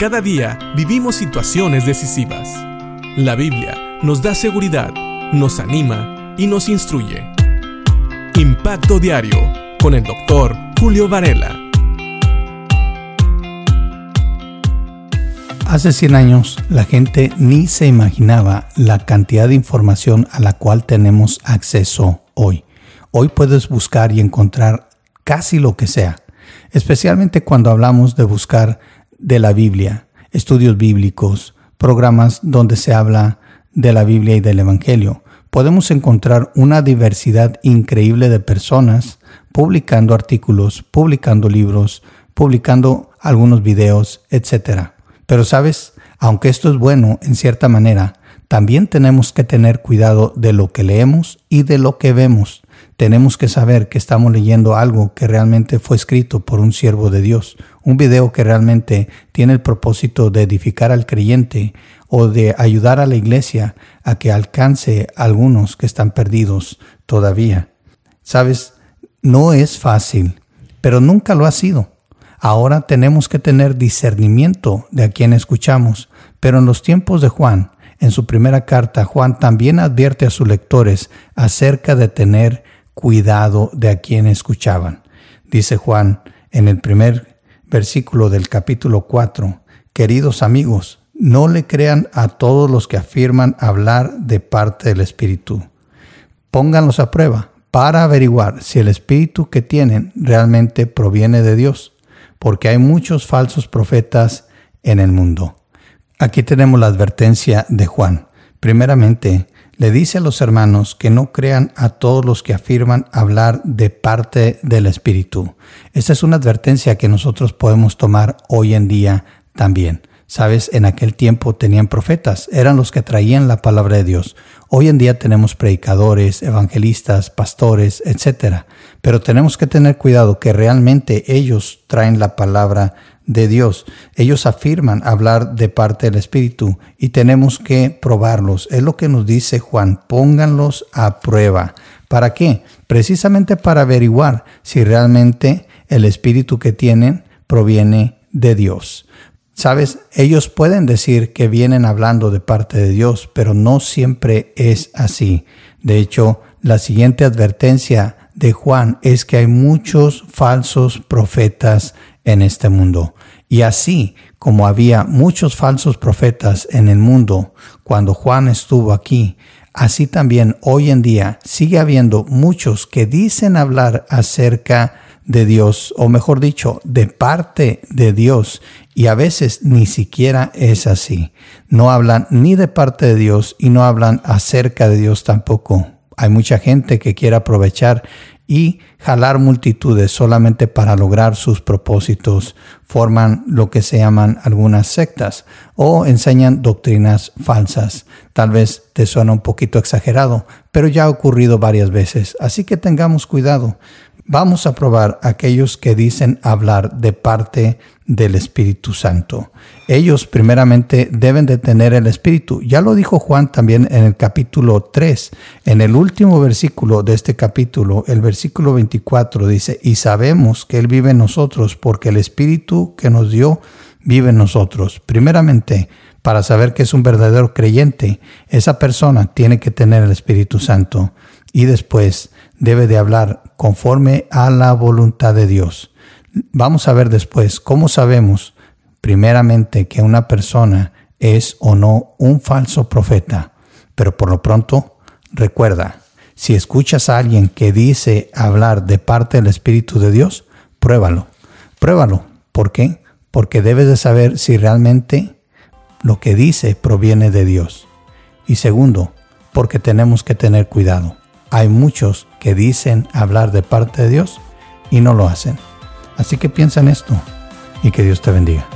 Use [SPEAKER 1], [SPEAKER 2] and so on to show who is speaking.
[SPEAKER 1] Cada día vivimos situaciones decisivas. La Biblia nos da seguridad, nos anima y nos instruye. Impacto Diario con el Dr. Julio Varela.
[SPEAKER 2] Hace 100 años, la gente ni se imaginaba la cantidad de información a la cual tenemos acceso hoy. Hoy puedes buscar y encontrar casi lo que sea, especialmente cuando hablamos de buscar de la Biblia, estudios bíblicos, programas donde se habla de la Biblia y del Evangelio. Podemos encontrar una diversidad increíble de personas publicando artículos, publicando libros, publicando algunos videos, etc. Pero sabes, aunque esto es bueno en cierta manera, también tenemos que tener cuidado de lo que leemos y de lo que vemos. Tenemos que saber que estamos leyendo algo que realmente fue escrito por un siervo de Dios, un video que realmente tiene el propósito de edificar al creyente o de ayudar a la iglesia a que alcance a algunos que están perdidos todavía. Sabes, no es fácil, pero nunca lo ha sido. Ahora tenemos que tener discernimiento de a quién escuchamos, pero en los tiempos de Juan, en su primera carta, Juan también advierte a sus lectores acerca de tener cuidado de a quién escuchaban. Dice Juan en el primer versículo del capítulo 4, queridos amigos, no le crean a todos los que afirman hablar de parte del Espíritu. Pónganlos a prueba para averiguar si el Espíritu que tienen realmente proviene de Dios, porque hay muchos falsos profetas en el mundo. Aquí tenemos la advertencia de Juan. Primeramente, le dice a los hermanos que no crean a todos los que afirman hablar de parte del Espíritu. Esta es una advertencia que nosotros podemos tomar hoy en día también. Sabes, en aquel tiempo tenían profetas, eran los que traían la palabra de Dios. Hoy en día tenemos predicadores, evangelistas, pastores, etc. Pero tenemos que tener cuidado que realmente ellos traen la palabra de Dios. Ellos afirman hablar de parte del Espíritu y tenemos que probarlos. Es lo que nos dice Juan, pónganlos a prueba. ¿Para qué? Precisamente para averiguar si realmente el Espíritu que tienen proviene de Dios. Sabes, ellos pueden decir que vienen hablando de parte de Dios, pero no siempre es así. De hecho, la siguiente advertencia de Juan es que hay muchos falsos profetas en este mundo. Y así como había muchos falsos profetas en el mundo cuando Juan estuvo aquí, así también hoy en día sigue habiendo muchos que dicen hablar acerca de Dios, o mejor dicho, de parte de Dios, y a veces ni siquiera es así. No hablan ni de parte de Dios y no hablan acerca de Dios tampoco. Hay mucha gente que quiere aprovechar y jalar multitudes solamente para lograr sus propósitos. Forman lo que se llaman algunas sectas o enseñan doctrinas falsas. Tal vez te suena un poquito exagerado, pero ya ha ocurrido varias veces, así que tengamos cuidado. Vamos a probar a aquellos que dicen hablar de parte del Espíritu Santo. Ellos primeramente deben de tener el Espíritu. Ya lo dijo Juan también en el capítulo 3. En el último versículo de este capítulo, el versículo 24 dice, y sabemos que Él vive en nosotros porque el Espíritu que nos dio vive en nosotros. Primeramente, para saber que es un verdadero creyente, esa persona tiene que tener el Espíritu Santo y después debe de hablar conforme a la voluntad de Dios. Vamos a ver después cómo sabemos primeramente que una persona es o no un falso profeta. Pero por lo pronto, recuerda, si escuchas a alguien que dice hablar de parte del Espíritu de Dios, pruébalo. Pruébalo. ¿Por qué? Porque debes de saber si realmente lo que dice proviene de Dios. Y segundo, porque tenemos que tener cuidado. Hay muchos que dicen hablar de parte de Dios y no lo hacen. Así que piensa en esto y que Dios te bendiga.